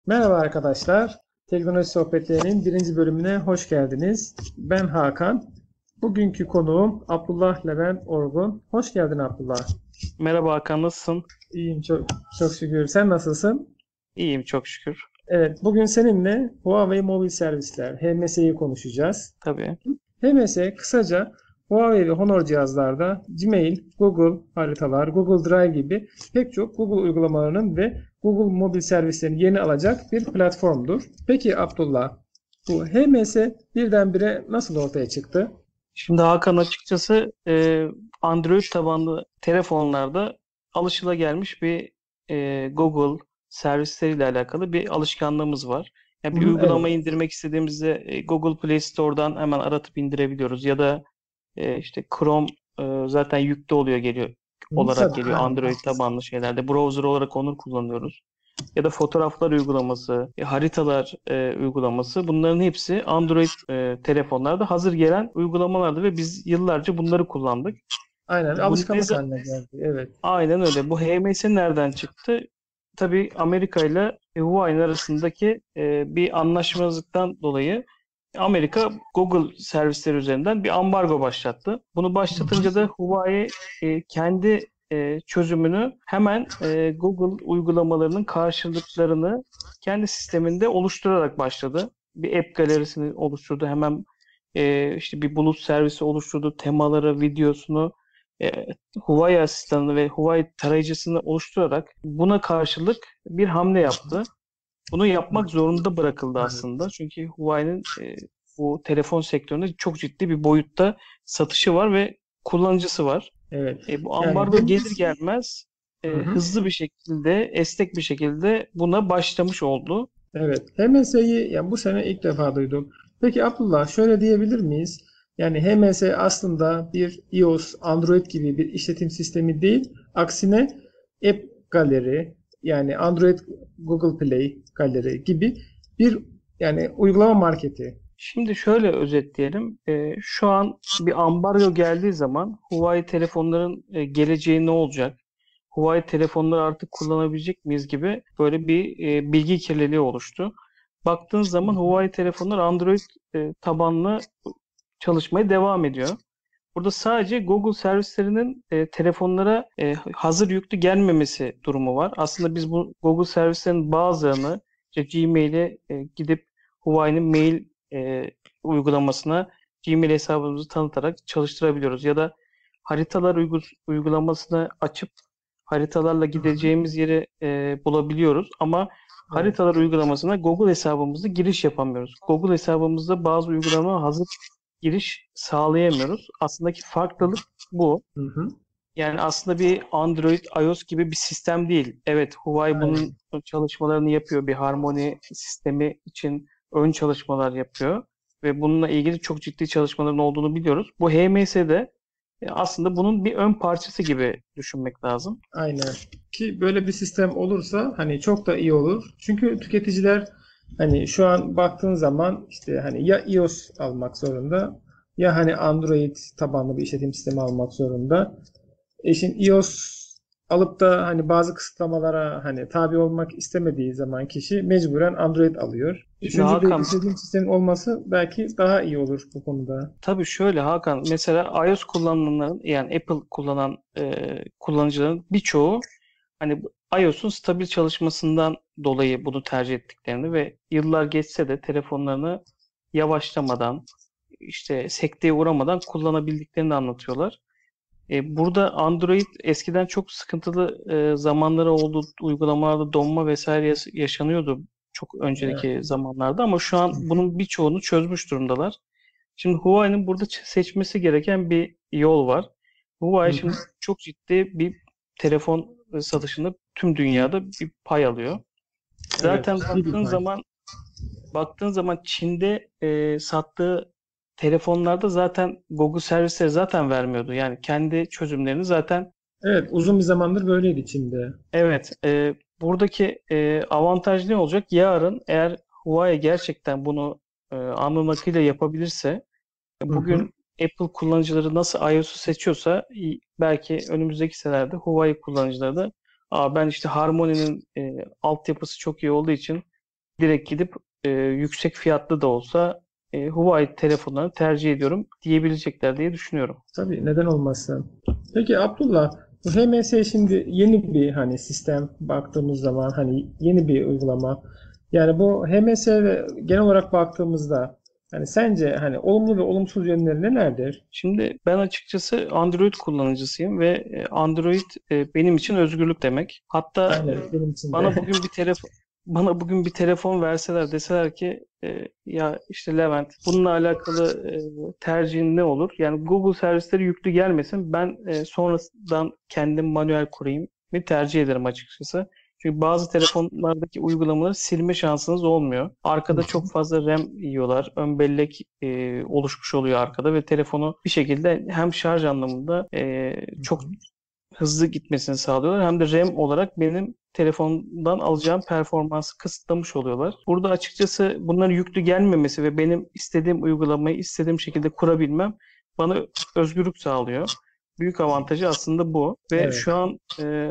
Merhaba arkadaşlar. Teknoloji Sohbetleri'nin birinci bölümüne hoş geldiniz. Ben Hakan. Bugünkü konuğum Abdullah Levent Orgun. Hoş geldin Abdullah. Merhaba Hakan, nasılsın? İyiyim çok şükür. Sen nasılsın? İyiyim çok şükür. Evet, bugün seninle Huawei Mobil Servisler, HMS'yi konuşacağız. Tabii. HMS kısaca Huawei ve Honor cihazlarda Gmail, Google haritalar, Google Drive gibi pek çok Google uygulamalarının ve Google mobil servislerini yeni alacak bir platformdur. Peki Abdullah, bu HMS birdenbire nasıl ortaya çıktı? Şimdi Hakan açıkçası Android tabanlı telefonlarda alışılagelmiş bir Google servisleriyle alakalı bir alışkanlığımız var. Yani Hı bir hı, uygulama evet. indirmek istediğimizde Google Play Store'dan hemen aratıp indirebiliyoruz. Ya da işte Chrome zaten yüklü oluyor Hı, olarak tabii, geliyor aynen. Android tabanlı şeylerde. Browser olarak onu kullanıyoruz. Ya da fotoğraflar uygulaması, haritalar uygulaması bunların hepsi Android telefonlarda hazır gelen uygulamalardı ve biz yıllarca bunları kullandık. Aynen, Bu ne alışkanlık za- haline geldi. Evet. Aynen öyle. Bu HMS nereden çıktı? Tabii Amerika ile Huawei arasındaki bir anlaşmazlıktan dolayı Amerika Google servisleri üzerinden bir ambargo başlattı. Bunu Hı hı. başlatınca da Huawei kendi çözümünü hemen Google uygulamalarının karşılıklarını kendi sisteminde oluşturarak başladı. Bir app galerisini oluşturdu. Hemen işte bir bulut servisi oluşturdu. Temaları, videosunu e, Huawei asistanını ve Huawei tarayıcısını oluşturarak buna karşılık bir hamle yaptı. Bunu yapmak zorunda bırakıldı Evet. aslında. Çünkü Huawei'nin bu telefon sektöründe çok ciddi bir boyutta satışı var ve kullanıcısı var. Evet. Bu Yani ambargo hem gelir gelmez hı hı. hızlı bir şekilde, esnek bir şekilde buna başlamış oldu. Evet. HMS'yi yani bu sene ilk defa duydum. Peki Abdullah şöyle diyebilir miyiz? Yani HMS aslında bir iOS, Android gibi bir işletim sistemi değil. Aksine App Galeri yani Android Google Play Galeri gibi bir yani uygulama marketi. Şimdi şöyle özetleyelim. Şu an bir ambargo geldiği zaman Huawei telefonların geleceği ne olacak? Huawei telefonları artık kullanabilecek miyiz gibi böyle bir bilgi kirliliği oluştu. Baktığın zaman Huawei telefonlar Android tabanlı çalışmaya devam ediyor. Burada sadece Google servislerinin telefonlara hazır yüklü gelmemesi durumu var. Aslında biz bu Google servislerinin bazılarını işte Gmail'e gidip Huawei'nin mail uygulamasına Gmail hesabımızı tanıtarak çalıştırabiliyoruz. Ya da haritalar uygulamasını açıp haritalarla Hı hı. gideceğimiz yeri bulabiliyoruz. Ama Evet. haritalar uygulamasına Google hesabımızda giriş yapamıyoruz. Google hesabımızda bazı uygulama hazır giriş sağlayamıyoruz. Aslındaki farklılık bu. Hı hı. Yani aslında bir Android, iOS gibi bir sistem değil. Evet, Huawei bunun Aynen. çalışmalarını yapıyor. Bir harmoni sistemi için ön çalışmalar yapıyor. Ve bununla ilgili çok ciddi çalışmaların olduğunu biliyoruz. Bu HMS'de aslında bunun bir ön parçası gibi düşünmek lazım. Aynen. Ki böyle bir sistem olursa hani çok da iyi olur. Çünkü tüketiciler hani şu an baktığın zaman işte hani ya iOS almak zorunda ya hani Android tabanlı bir işletim sistemi almak zorunda. Şimdi iOS alıp da hani bazı kısıtlamalara hani tabi olmak istemediği zaman kişi mecburen Android alıyor. Şimdi Üçüncü bir Hakan, işletim sistemi olması belki daha iyi olur bu konuda. tabii şöyle Hakan, mesela iOS kullananların yani Apple kullanan kullanıcıların birçoğu hani iOS'un stabil çalışmasından dolayı bunu tercih ettiklerini ve yıllar geçse de telefonlarını yavaşlamadan işte sekteye uğramadan kullanabildiklerini anlatıyorlar. Burada Android eskiden çok sıkıntılı zamanları oldu. Uygulamalarda donma vesaire yaşanıyordu çok Evet. önceki zamanlarda ama şu an bunun birçoğunu çözmüş durumdalar. Şimdi Huawei'nin burada seçmesi gereken bir yol var. Hı Huawei hı. şimdi çok ciddi bir telefon satışında tüm dünyada bir pay alıyor. Evet. Zaten Ciddi bir pay. baktığın zaman Çin'de sattığı telefonlarda zaten Google servisleri zaten vermiyordu. Yani kendi çözümlerini zaten Evet. Uzun bir zamandır böyleydi Çin'de. evet, buradaki avantaj ne olacak? Yarın eğer Huawei gerçekten bunu alnının akıyla yapabilirse Hı hı. bugün Apple kullanıcıları nasıl iOS'u seçiyorsa belki önümüzdeki senelerde Huawei kullanıcıları da ben işte Harmony'nin altyapısı çok iyi olduğu için direkt gidip yüksek fiyatlı da olsa Huawei telefonlarını tercih ediyorum diyebilecekler diye düşünüyorum. Tabii, neden olmasın. Peki Abdullah, bu HMS şimdi yeni bir hani sistem, baktığımız zaman hani yeni bir uygulama. Yani bu HMS ve genel olarak baktığımızda hani sence hani olumlu ve olumsuz yönleri nelerdir? Şimdi ben açıkçası Android kullanıcısıyım ve Android benim için özgürlük demek. Hatta Aynen, benim için de. bana bugün bir telefon bana bugün bir telefon verseler, deseler ki ya işte Levent, bununla alakalı tercihin ne olur? Yani Google servisleri yüklü gelmesin. Ben sonradan kendim manuel kurayım ve tercih ederim açıkçası. Çünkü bazı telefonlardaki uygulamaları silme şansınız olmuyor. Arkada çok fazla RAM yiyorlar. Ön bellek oluşmuş oluyor arkada ve telefonu bir şekilde hem şarj anlamında çok hızlı gitmesini sağlıyorlar. Hem de RAM olarak benim telefondan alacağım performansı kısıtlamış oluyorlar. Burada açıkçası bunların yüklü gelmemesi ve benim istediğim uygulamayı istediğim şekilde kurabilmem bana özgürlük sağlıyor. Büyük avantajı aslında bu. Ve Evet. şu an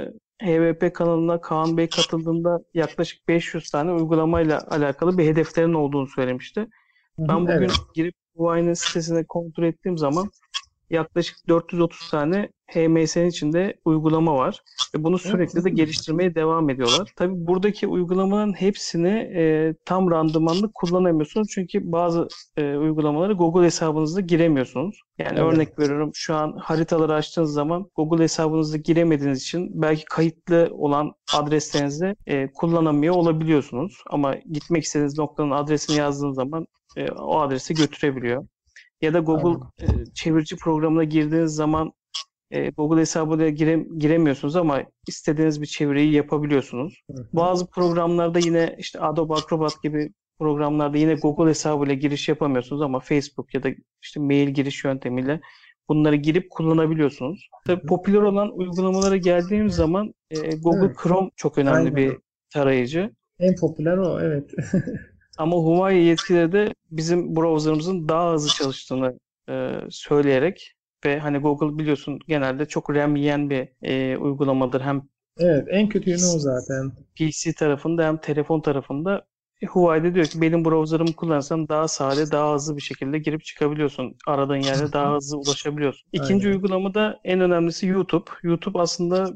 HVP kanalına Kaan Bey katıldığında yaklaşık 500 tane uygulamayla alakalı bir hedeflerin olduğunu söylemişti. Hı hı, Ben bugün evet. girip Huawei'nin sitesine kontrol ettiğim zaman yaklaşık 430 tane HMS'nin içinde uygulama var. Ve bunu Evet, sürekli de geliştirmeye devam ediyorlar. Tabii buradaki uygulamaların hepsini tam randımanlı kullanamıyorsunuz. Çünkü bazı uygulamaları Google hesabınızda giremiyorsunuz. Yani evet. örnek veriyorum, şu an haritaları açtığınız zaman Google hesabınızda giremediğiniz için belki kayıtlı olan adreslerinizde kullanamıyor olabiliyorsunuz. Ama gitmek istediğiniz noktanın adresini yazdığınız zaman o adresi götürebiliyor. Ya da Google Aynen. çevirici programına girdiğiniz zaman Google hesabıyla giremiyorsunuz ama istediğiniz bir çeviriyi yapabiliyorsunuz. Hı hı. Bazı programlarda yine işte Adobe Acrobat gibi programlarda yine Google hesabıyla giriş yapamıyorsunuz ama Facebook ya da işte mail giriş yöntemiyle bunları girip kullanabiliyorsunuz. Tabii popüler olan uygulamalara geldiğimiz zaman Google Evet. Chrome çok önemli Aynen. bir tarayıcı. En popüler o, evet. Ama Huawei yetkilileri de bizim browser'ımızın daha hızlı çalıştığını söyleyerek ve hani Google biliyorsun genelde çok RAM yiyen bir uygulamadır. Hem Evet, en kötü yönü o zaten. PC tarafında hem telefon tarafında. Huawei de diyor ki benim browser'ımı kullanırsan daha sade, daha hızlı bir şekilde girip çıkabiliyorsun. Aradığın yerde daha hızlı ulaşabiliyorsun. İkinci Aynen. uygulamada en önemlisi YouTube. YouTube aslında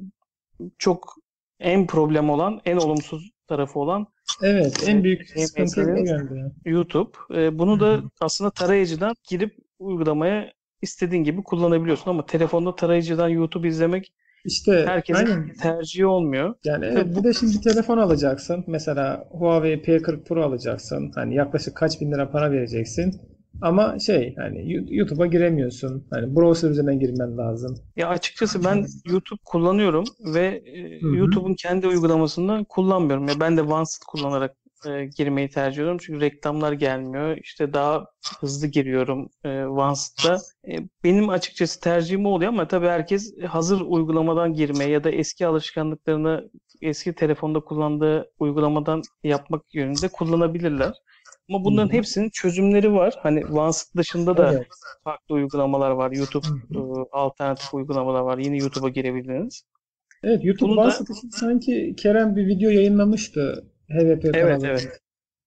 çok en problem olan, en olumsuz tarafı olan Evet, en büyük sıkıntı o HMS'nin yönde. YouTube. Bunu da aslında tarayıcıdan girip uygulamaya istediğin gibi kullanabiliyorsun ama telefonda tarayıcıdan YouTube izlemek İşte herkesin aynen. tercihi olmuyor. Yani Tabii evet, bir bu de şimdi bir telefon alacaksın. Mesela Huawei P40 Pro alacaksın. Hani yaklaşık kaç bin lira para vereceksin. Ama şey hani YouTube'a giremiyorsun. Hani browser üzerinden girmen lazım. ya açıkçası ben YouTube kullanıyorum ve Hı hı. YouTube'un kendi uygulamasını kullanmıyorum. Ya ben de OneSit kullanarak girmeyi tercih ediyorum. Çünkü reklamlar gelmiyor. İşte daha hızlı giriyorum OneSit'ta. Benim açıkçası tercihim o oluyor ama tabii herkes hazır uygulamadan girmeye ya da eski alışkanlıklarını eski telefonda kullandığı uygulamadan yapmak yönünde kullanabilirler. Ama Hı bunların hı. hepsinin çözümleri var. Hani OneSit dışında da Evet. farklı uygulamalar var. YouTube Hı hı. alternatif uygulamalar var. Yine YouTube'a girebiliriz. Evet, YouTube Bunu da OneSit için sanki Kerem bir video yayınlamıştı. HVP evet, kanalında. evet,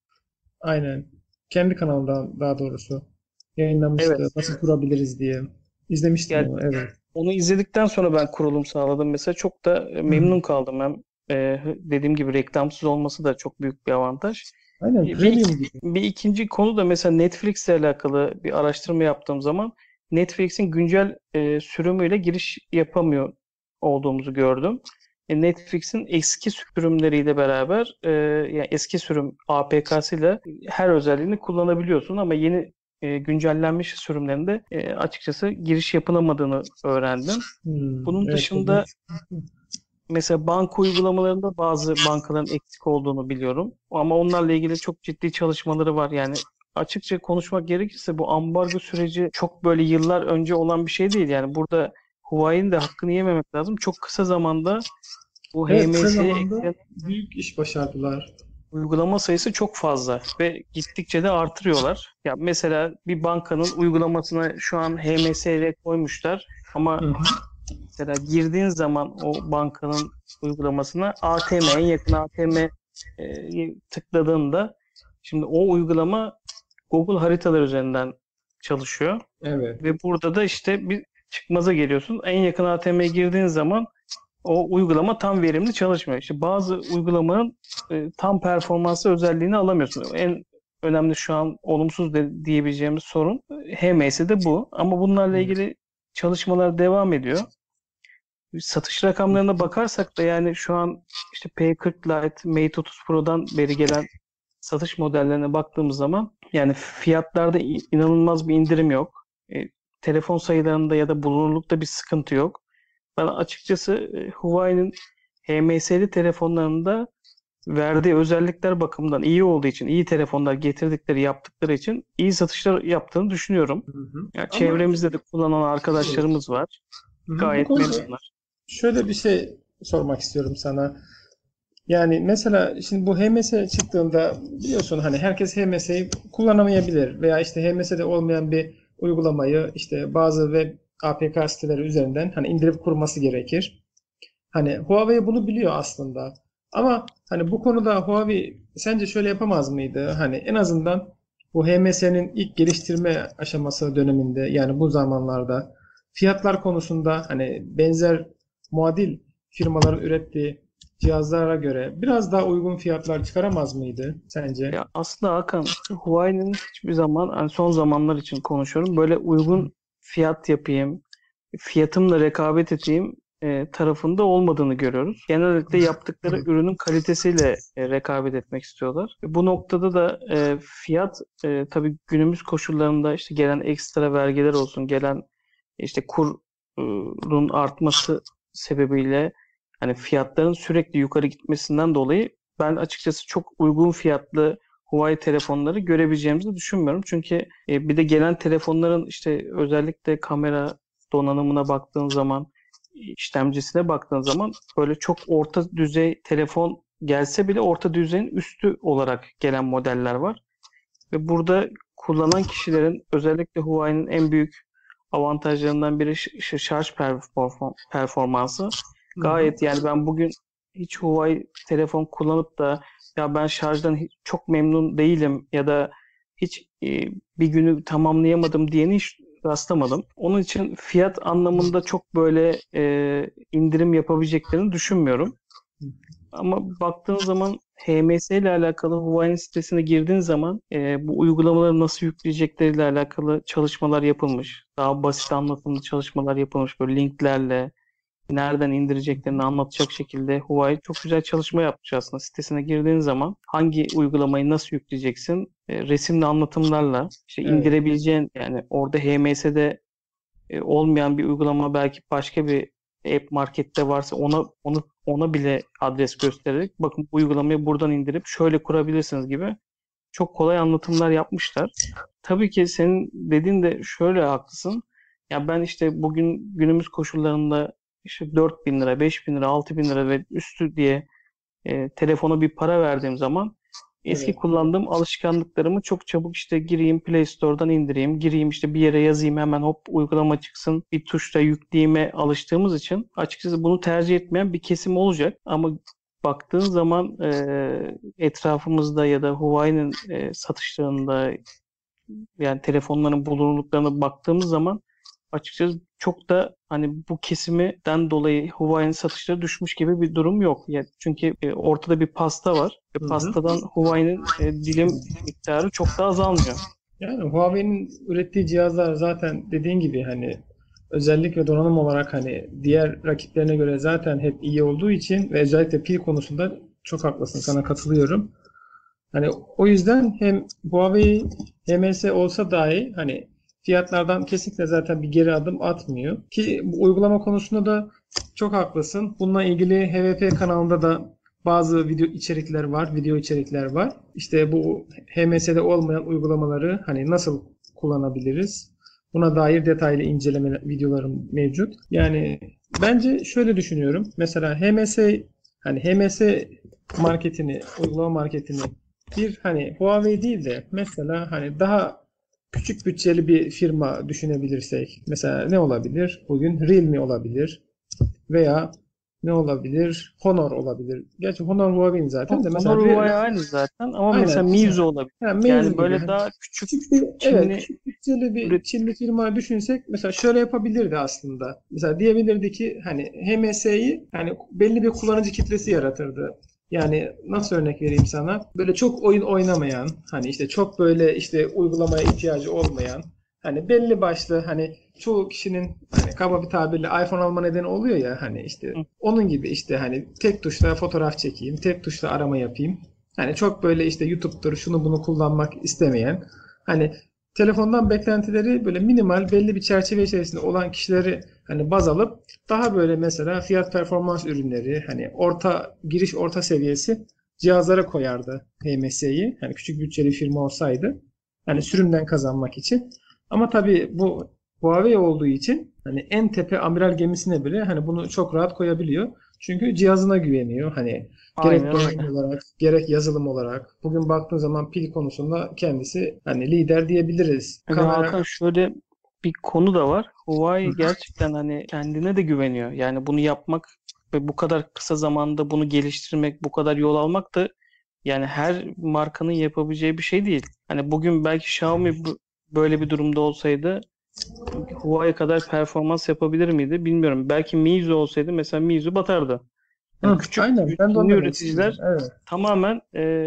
Aynen. Kendi kanalından daha doğrusu yayınlamıştı. evet. Nasıl kurabiliriz diye. İzlemiştim Yani onu. Evet. onu izledikten sonra ben kurulum sağladım. Mesela çok da Hı hı. memnun kaldım. Hem dediğim gibi reklamsız olması da çok büyük bir avantaj. Aynen, premium gibi. Bir ikinci konu da mesela Netflix ile alakalı bir araştırma yaptığım zaman Netflix'in güncel sürümüyle giriş yapamıyor olduğumuzu gördüm. Netflix'in eski sürümleriyle beraber yani eski sürüm APK'sıyla her özelliğini kullanabiliyorsun ama yeni güncellenmiş sürümlerinde açıkçası giriş yapılamadığını öğrendim. Bunun Evet, bu dışında net. mesela banka uygulamalarında bazı bankaların eksik olduğunu biliyorum. Ama onlarla ilgili çok ciddi çalışmaları var. Yani açıkça konuşmak gerekirse bu ambargo süreci çok böyle yıllar önce olan bir şey değil. Yani burada Huawei'nin de hakkını yememek lazım. Çok kısa zamanda bu Evet, kısa HMS'ye zamanda eklenen büyük iş başardılar. uygulama sayısı çok fazla ve gittikçe de artırıyorlar. Ya mesela bir bankanın uygulamasına şu an HMS koymuşlar Hı ama hı. mesela girdiğin zaman o bankanın uygulamasına ATM, en yakın ATM tıkladığında şimdi o uygulama Google haritalar üzerinden çalışıyor. Evet. Ve burada da işte bir çıkmaza geliyorsun. En yakın ATM'ye girdiğin zaman o uygulama tam verimli çalışmıyor. İşte bazı uygulamanın tam performansı özelliğini alamıyorsun. En önemli şu an olumsuz diyebileceğimiz sorun HMS'de bu. Ama bunlarla Evet. ilgili çalışmalar devam ediyor. Satış rakamlarına bakarsak da yani şu an işte P40 Lite, Mate 30 Pro'dan beri gelen satış modellerine baktığımız zaman yani fiyatlarda inanılmaz bir indirim yok. Telefon sayılarında ya da bulunurlukta bir sıkıntı yok. Ben açıkçası Huawei'nin HMS'li telefonlarında verdiği özellikler bakımından iyi olduğu için, iyi telefonlar getirdikleri, yaptıkları için iyi satışlar yaptığını düşünüyorum. Hı hı. Yani Ama çevremizde de kullanan evet. arkadaşlarımız var. Hı hı. Bu Gayet konuda memnunlar. şöyle bir şey sormak istiyorum sana. Yani mesela şimdi bu HMS çıktığında biliyorsun hani herkes HMS'yi kullanamayabilir veya işte HMS'de olmayan bir uygulamayı işte bazı web APK siteleri üzerinden hani indirip kurması gerekir. Hani Huawei bunu biliyor aslında. Ama hani bu konuda Huawei sence şöyle yapamaz mıydı? Hani en azından bu HMS'nin ilk geliştirme aşaması döneminde yani bu zamanlarda fiyatlar konusunda hani benzer muadil firmaların ürettiği cihazlara göre biraz daha uygun fiyatlar çıkaramaz mıydı sence? Ya aslında Hakan, Huawei'nin hiçbir zaman, yani son zamanlar için konuşuyorum, böyle uygun fiyat yapayım, fiyatımla rekabet edeyim tarafında olmadığını görüyoruz. Genellikle yaptıkları ürünün kalitesiyle rekabet etmek istiyorlar. Bu noktada da fiyat tabii günümüz koşullarında işte gelen ekstra vergiler olsun, gelen işte kurun artması sebebiyle hani fiyatların sürekli yukarı gitmesinden dolayı ben açıkçası çok uygun fiyatlı Huawei telefonları görebileceğimizi düşünmüyorum. Çünkü bir de gelen telefonların işte özellikle kamera donanımına baktığın zaman, işlemcisine baktığın zaman böyle çok orta düzey telefon gelse bile orta düzeyin üstü olarak gelen modeller var. Ve burada kullanan kişilerin özellikle Huawei'nin en büyük avantajlarından biri şarj performansı. Hı hı. Gayet yani ben bugün hiç Huawei telefon kullanıp da ya ben şarjdan çok memnun değilim ya da hiç bir günü tamamlayamadım diyeni hiç rastlamadım. Onun için fiyat anlamında çok böyle indirim yapabileceklerini düşünmüyorum. Ama baktığın zaman HMS ile alakalı Huawei'nin sitesine girdiğin zaman bu uygulamaları nasıl yükleyecekleriyle alakalı çalışmalar yapılmış. Daha basit anlatımlı çalışmalar yapılmış. Böyle linklerle nereden indireceklerini anlatacak şekilde Huawei çok güzel çalışma yapmış aslında. Sitesine girdiğin zaman hangi uygulamayı nasıl yükleyeceksin resimli anlatımlarla işte Evet. indirebileceğin yani orada HMS'de olmayan bir uygulama belki başka bir app markette varsa ona bile adres göstererek bakın bu uygulamayı buradan indirip şöyle kurabilirsiniz gibi çok kolay anlatımlar yapmışlar. Tabii ki senin dediğin de şöyle haklısın. Ya ben işte bugün günümüz koşullarında işte 4.000 lira, 5.000 lira, 6.000 lira ve üstü diye telefona bir para verdiğim zaman eski Evet. kullandığım alışkanlıklarımı çok çabuk işte gireyim Play Store'dan indireyim, gireyim işte bir yere yazayım hemen hop uygulama çıksın bir tuşla yükleyime alıştığımız için açıkçası bunu tercih etmeyen bir kesim olacak. Ama baktığın zaman etrafımızda ya da Huawei'nin satışlarında yani telefonların bulunurluklarına baktığımız zaman açıkçası çok da hani bu kesimden dolayı Huawei'nin satışları düşmüş gibi bir durum yok. Yani çünkü ortada bir pasta var ve Hı hı. pastadan Huawei'nin dilim miktarı çok da azalmıyor. Yani Huawei'nin ürettiği cihazlar zaten dediğin gibi hani özellik ve donanım olarak hani diğer rakiplerine göre zaten hep iyi olduğu için ve özellikle pil konusunda çok haklısın. Sana katılıyorum. Hani o yüzden hem Huawei HMS olsa dahi hani fiyatlardan kesinlikle zaten bir geri adım atmıyor. Ki bu uygulama konusunda da çok haklısın. Bununla ilgili HVP kanalında da bazı video içerikler var. İşte bu HMS'de olmayan uygulamaları hani nasıl kullanabiliriz? Buna dair detaylı inceleme videolarım mevcut. Yani bence şöyle düşünüyorum. Mesela HMS marketini, uygulama marketini bir hani Huawei değil de mesela hani daha küçük bütçeli bir firma düşünebilirsek mesela ne olabilir? Bugün Realme olabilir veya Ne olabilir? Honor olabilir. Gerçi Honor Huawei'in zaten de Honor mesela Huawei aynı zaten ama mesela aynen Meizu olabilir. yani Meizu Yani gibi böyle hani daha küçük küçük bir evet Çinli küçük bütçeli bir üret Çinli firma düşünsek mesela şöyle yapabilirdi aslında. Mesela diyebilirdi ki hani HMS'yi hani belli bir kullanıcı kitlesi yaratırdı. Yani nasıl örnek vereyim sana? Böyle çok oyun oynamayan, hani işte çok böyle işte uygulamaya ihtiyacı olmayan, hani belli başlı hani çoğu kişinin hani kaba bir tabirle iPhone alma nedeni oluyor ya hani işte onun gibi işte hani tek tuşla fotoğraf çekeyim, tek tuşla arama yapayım. Hani çok böyle işte YouTube'dur şunu bunu kullanmak istemeyen hani telefondan beklentileri böyle minimal belli bir çerçeve içerisinde olan kişileri hani baz alıp daha böyle mesela fiyat performans ürünleri hani orta giriş orta seviyesi cihazlara koyardı HMS'yi. Hani küçük bütçeli firma olsaydı hani sürümden kazanmak için. Ama tabii bu Huawei olduğu için hani en tepe amiral gemisine bile hani bunu çok rahat koyabiliyor. Çünkü cihazına güveniyor. Hani gerek aynen donanım öyle. olarak, gerek yazılım olarak. Bugün baktığın zaman pil konusunda kendisi hani lider diyebiliriz. Ve Kamera. Hakan şöyle bir konu da var. Huawei gerçekten hani kendine de güveniyor. Yani bunu yapmak ve bu kadar kısa zamanda bunu geliştirmek, bu kadar yol almak da yani her markanın yapabileceği bir şey değil. Hani bugün belki Xiaomi böyle bir durumda olsaydı Huawei kadar performans yapabilir miydi bilmiyorum. Belki Meizu olsaydı mesela Meizu batardı. Hani küçük Aynen ben de onu Çinli demek istiyorum. üreticiler Evet. tamamen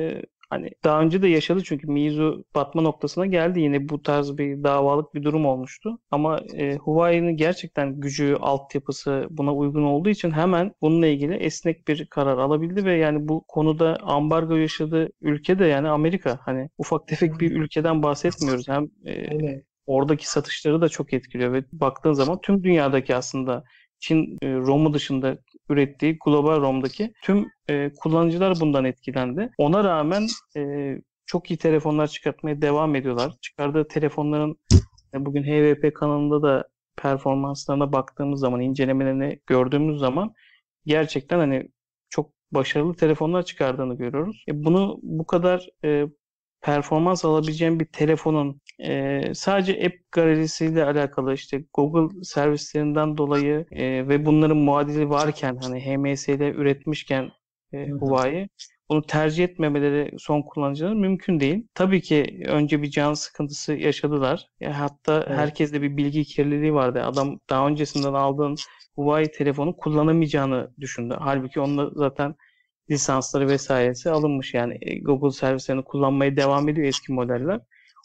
hani daha önce de yaşadı çünkü Meizu batma noktasına geldi. Yine bu tarz bir davalık bir durum olmuştu. Ama Huawei'nin gerçekten gücü, altyapısı buna uygun olduğu için hemen bununla ilgili esnek bir karar alabildi ve yani bu konuda ambargo yaşadığı ülke de yani Amerika. Hani ufak tefek bir ülkeden bahsetmiyoruz. Hem Aynen. oradaki satışları da çok etkiliyor ve baktığın zaman tüm dünyadaki aslında Çin ROM'u dışında ürettiği global ROM'daki tüm kullanıcılar bundan etkilendi. Ona rağmen çok iyi telefonlar çıkartmaya devam ediyorlar. Çıkardığı telefonların bugün HVP kanalında da performanslarına baktığımız zaman, incelemelerini gördüğümüz zaman gerçekten hani çok başarılı telefonlar çıkardığını görüyoruz. Bunu bu kadar performans alabileceğim bir telefonun sadece app galerisiyle alakalı işte Google servislerinden dolayı ve bunların muadili varken hani HMS ile üretmişken Hı hı. Huawei bunu tercih etmemeleri son kullanıcıların mümkün değil. Tabii ki önce bir can sıkıntısı yaşadılar. Hatta Evet. herkeste bir bilgi kirliliği vardı. Adam daha öncesinden aldığın Huawei telefonu kullanamayacağını düşündü. Halbuki onda zaten lisansları vesairesi alınmış yani Google servislerini kullanmaya devam ediyor eski modeller.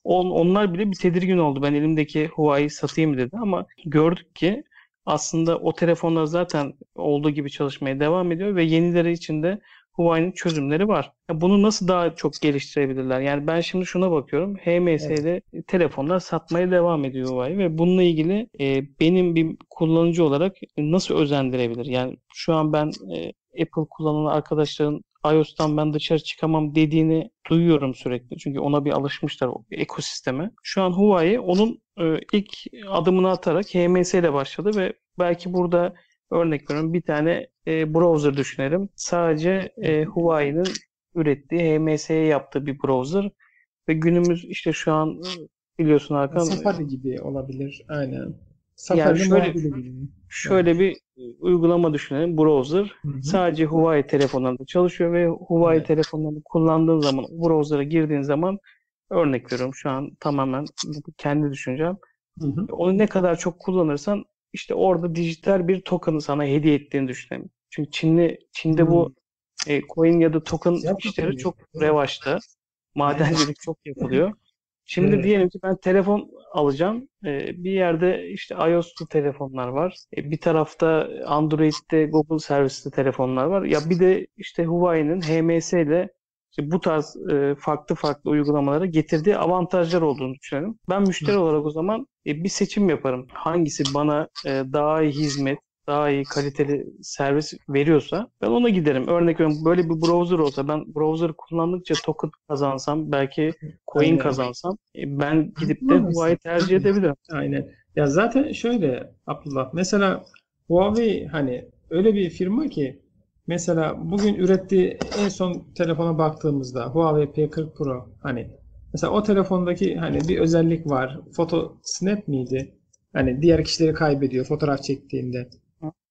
Onlar bile bir tedirgin oldu. Ben elimdeki Huawei'yi satayım dedi ama gördük ki aslında o telefonlar zaten olduğu gibi çalışmaya devam ediyor ve yenileri için de Huawei'nin çözümleri var. Bunu nasıl daha çok geliştirebilirler? Yani ben şimdi şuna bakıyorum. Evet. HMS'de telefonlar satmaya devam ediyor Huawei ve bununla ilgili benim bir kullanıcı olarak nasıl özendirebilir? Yani şu an ben Apple kullanan arkadaşların iOS'tan ben dışarı çıkamam dediğini duyuyorum sürekli. Çünkü ona bir alışmışlar o ekosisteme. Şu an Huawei onun ilk adımını atarak HMS ile başladı ve belki burada örnek veriyorum bir tane browser düşünelim. Sadece Huawei'nin ürettiği HMS'ye yaptığı bir browser ve günümüz işte şu an biliyorsun Hakan Safari gibi olabilir. Aynen. yani Safari'nin şöyle muadili gibi. Evet. Şöyle bir uygulama düşünelim. Browser Hı hı. sadece Huawei telefonlarında çalışıyor ve Huawei Evet. telefonlarını kullandığın zaman, browser'a girdiğin zaman örnek veriyorum şu an tamamen kendi düşüncem. Hı hı. Onu ne kadar çok kullanırsan işte orada dijital bir token'ı sana hediye ettiğini düşünelim. Çünkü Çin'de Hı. bu coin ya da token Siyah işleri kapalıyız. çok Evet. revaçta. Aynen. Madencilik çok yapılıyor. Şimdi Evet. diyelim ki ben telefon alacağım. Bir yerde işte iOS'lu telefonlar var. Bir tarafta Android'de Google servisli telefonlar var. Ya bir de işte Huawei'nin HMS ile işte bu tarz farklı farklı uygulamalara getirdiği avantajlar olduğunu düşünelim. Ben müşteri olarak o zaman bir seçim yaparım. Hangisi bana daha iyi hizmet, daha iyi kaliteli servis veriyorsa ben ona giderim. Örnek veriyorum böyle bir browser olsa ben browser kullandıkça token kazansam belki coin Aynen. kazansam ben gidip de Huawei Kullanırsın. tercih edebilirim. Aynen. Ya zaten şöyle Abdullah mesela Huawei hani öyle bir firma ki mesela bugün ürettiği en son telefona baktığımızda Huawei P40 Pro hani mesela o telefondaki hani bir özellik var. Foto snap miydi? Hani diğer kişileri kaybediyor fotoğraf çektiğinde.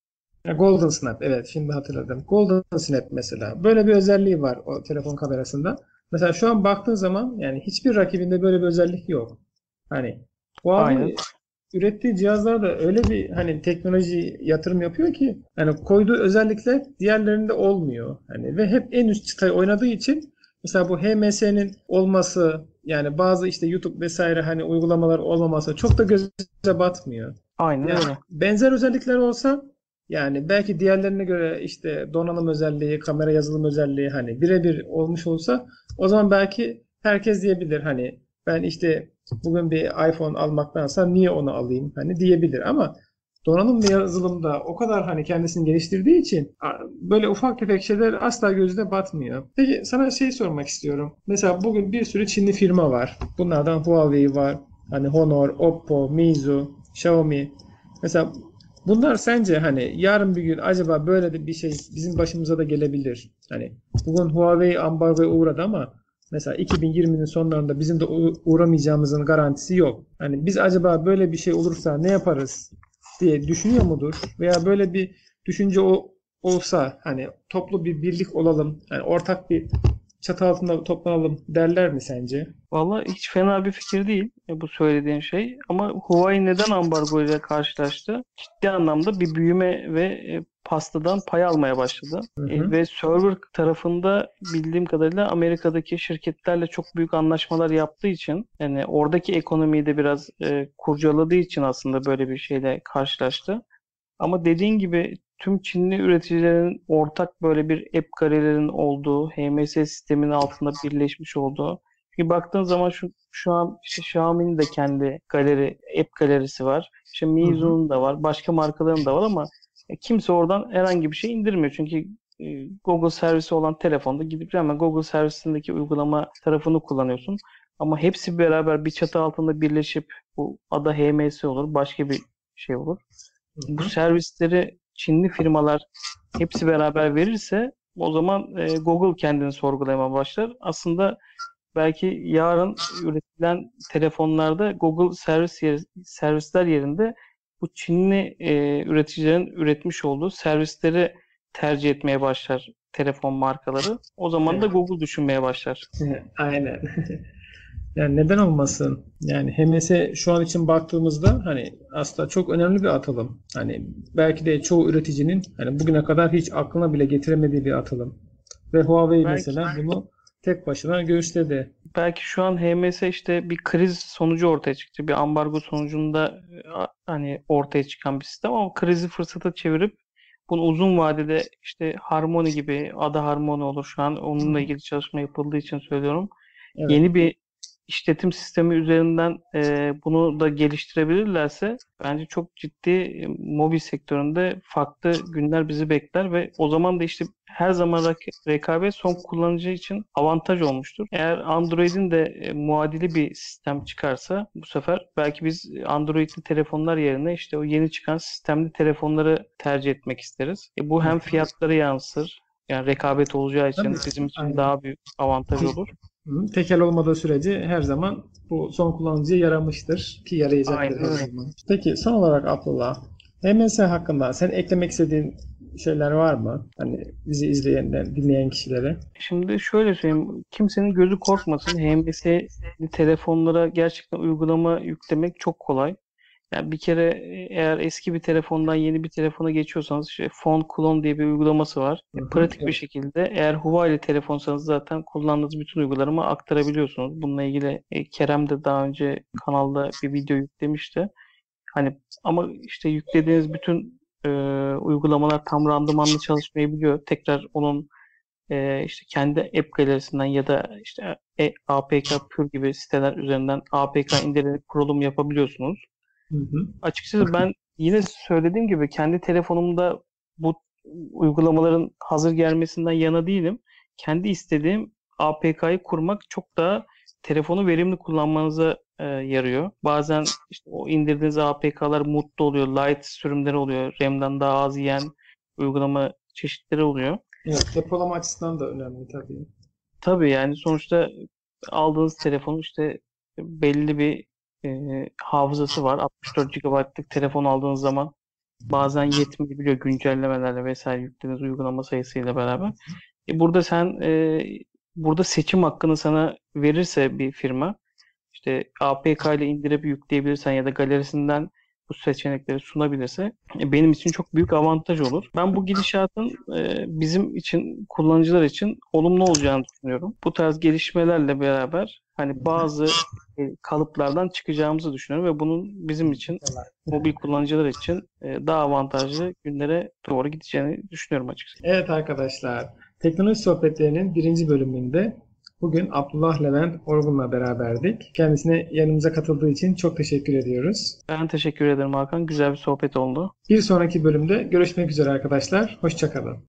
Golden Snap, evet, şimdi hatırladım. Golden Snap mesela. Böyle bir özelliği var o telefon kamerasında. Mesela şu an baktığın zaman yani hiçbir rakibinde böyle bir özellik yok. Hani Aynen. Huawei ürettiği cihazlarda öyle bir hani teknoloji yatırım yapıyor ki hani koyduğu özellikler diğerlerinde olmuyor. Hani ve hep en üst çıtayı oynadığı için mesela bu HMS'nin olması, yani bazı işte YouTube vesaire hani uygulamalar olmaması çok da göze batmıyor. Aynen Yani öyle. benzer özellikler olsa yani belki diğerlerine göre işte donanım özelliği, kamera yazılım özelliği hani birebir olmuş olsa o zaman belki herkes diyebilir hani ben işte bugün bir iPhone almaktansa niye onu alayım hani diyebilir ama donanım ve yazılımda o kadar hani kendisini geliştirdiği için böyle ufak tefek şeyler asla gözüne batmıyor. Peki sana şey sormak istiyorum. Mesela bugün bir sürü Çinli firma var. Bunlardan Huawei var. Hani Honor, Oppo, Meizu, Xiaomi. Mesela bunlar sence hani yarın bir gün acaba böyle de bir şey bizim başımıza da gelebilir. Hani bugün Huawei ambargoya uğradı ama mesela 2020'nin sonlarında bizim de uğramayacağımızın garantisi yok. Hani biz acaba böyle bir şey olursa ne yaparız diye düşünüyor mudur? Veya böyle bir düşünce olsa hani toplu bir birlik olalım, yani ortak bir çatı altında toplanalım derler mi sence? Valla hiç fena bir fikir değil bu söylediğin şey. Ama Huawei neden ambargo ile karşılaştı? Ciddi anlamda bir büyüme ve pastadan pay almaya başladı. Hı hı. Ve server tarafında bildiğim kadarıyla Amerika'daki şirketlerle çok büyük anlaşmalar yaptığı için yani oradaki ekonomiyi de biraz kurcaladığı için aslında böyle bir şeyle karşılaştı. Ama dediğin gibi tüm Çinli üreticilerin ortak böyle bir app galerilerinin olduğu, HMS sisteminin altında birleşmiş olduğu. Çünkü baktığın zaman şu an işte Xiaomi'nin de kendi app galerisi var. İşte Hı hı. Meizu'nun da var, başka markaların da var ama kimse oradan herhangi bir şey indirmiyor. Çünkü Google servisi olan telefonda gidip hemen Google servisindeki uygulama tarafını kullanıyorsun. Ama hepsi beraber bir çatı altında birleşip bu ada HMS olur, başka bir şey olur. Hı Bu hı. servisleri Çinli firmalar hepsi beraber verirse o zaman Google kendini sorgulamaya başlar. Aslında belki yarın üretilen telefonlarda Google servisler yerinde bu Çinli üreticilerin üretmiş olduğu servisleri tercih etmeye başlar telefon markaları. O zaman da Evet. Google düşünmeye başlar. Aynen. Yani neden olmasın? Yani HMS şu an için baktığımızda hani aslında çok önemli bir atılım. Hani belki de çoğu üreticinin hani bugüne kadar hiç aklına bile getiremediği bir atılım. Ve Huawei Belki mesela bunu tek başına göğüsledi. Belki şu an HMS işte bir kriz sonucu ortaya çıktı. Bir ambargo sonucunda hani ortaya çıkan bir sistem ama krizi fırsata çevirip bunu uzun vadede işte Harmony gibi Ada Harmony olur şu an Hı onunla hı. ilgili çalışma yapıldığı için söylüyorum. Evet. Yeni bir işletim sistemi üzerinden bunu da geliştirebilirlerse bence çok ciddi mobil sektöründe farklı günler bizi bekler ve o zaman da işte her zaman rekabet son kullanıcı için avantaj olmuştur. Eğer Android'in de muadili bir sistem çıkarsa bu sefer belki biz Android'li telefonlar yerine işte o yeni çıkan sistemli telefonları tercih etmek isteriz. Bu Hı hem hı. fiyatları yansır, yani rekabet olacağı Tabii. için bizim için Aynen. daha büyük avantaj olur. Hı, tekel olmadığı sürece her zaman bu son kullanıcıya yaramıştır ki yarayacaktır Aynen her öyle. zaman. Peki son olarak Abdullah, MSI hakkında sen eklemek istediğin şeyler var mı? Hani bizi izleyenler, dinleyen kişilere. Şimdi şöyle söyleyeyim, kimsenin gözü korkmasın. HMS'li telefonlara gerçekten uygulama yüklemek çok kolay. Yani bir kere eğer eski bir telefondan yeni bir telefona geçiyorsanız işte Phone Clone diye bir uygulaması var. Hı hı, Pratik bir evet. şekilde eğer Huawei telefonsanız zaten kullandığınız bütün uygulamaları aktarabiliyorsunuz. Bununla ilgili Kerem de daha önce kanalda bir video yüklemişti. Hani ama işte yüklediğiniz bütün uygulamalar tam randımanlı çalışmayabiliyor. Tekrar onun işte kendi app galerisinden ya da işte APK Pure gibi siteler üzerinden APK indirerek kurulum yapabiliyorsunuz. Hı hı, Açıkçası ben yine söylediğim gibi kendi telefonumda bu uygulamaların hazır gelmesinden yana değilim. Kendi istediğim APK'yı kurmak çok daha telefonu verimli kullanmanıza yarıyor. Bazen işte o indirdiğiniz APK'lar mutlu oluyor, light sürümleri oluyor, RAM'den daha az yiyen uygulama çeşitleri oluyor. evet. Depolama açısından da önemli tabii. Tabii yani sonuçta aldığınız telefonun işte belli bir hafızası var. 64 GB'lık telefon aldığınız zaman bazen yetmeyebiliyor güncellemelerle vesaire yüklediğiniz uygulama sayısıyla beraber. Burada seçim hakkını sana verirse bir firma, işte APK ile indirip yükleyebilirsen ya da galerisinden bu seçenekleri sunabilirse benim için çok büyük avantaj olur. Ben bu gidişatın bizim için, kullanıcılar için olumlu olacağını düşünüyorum. Bu tarz gelişmelerle beraber hani bazı kalıplardan çıkacağımızı düşünüyorum ve bunun bizim için, mobil kullanıcılar için daha avantajlı günlere doğru gideceğini düşünüyorum açıkçası. Evet arkadaşlar, teknoloji sohbetlerinin birinci bölümünde bugün Abdullah Levent Orgun'la beraberdik. Kendisine yanımıza katıldığı için çok teşekkür ediyoruz. Ben teşekkür ederim Hakan. Güzel bir sohbet oldu. Bir sonraki bölümde görüşmek üzere arkadaşlar. Hoşça kalın.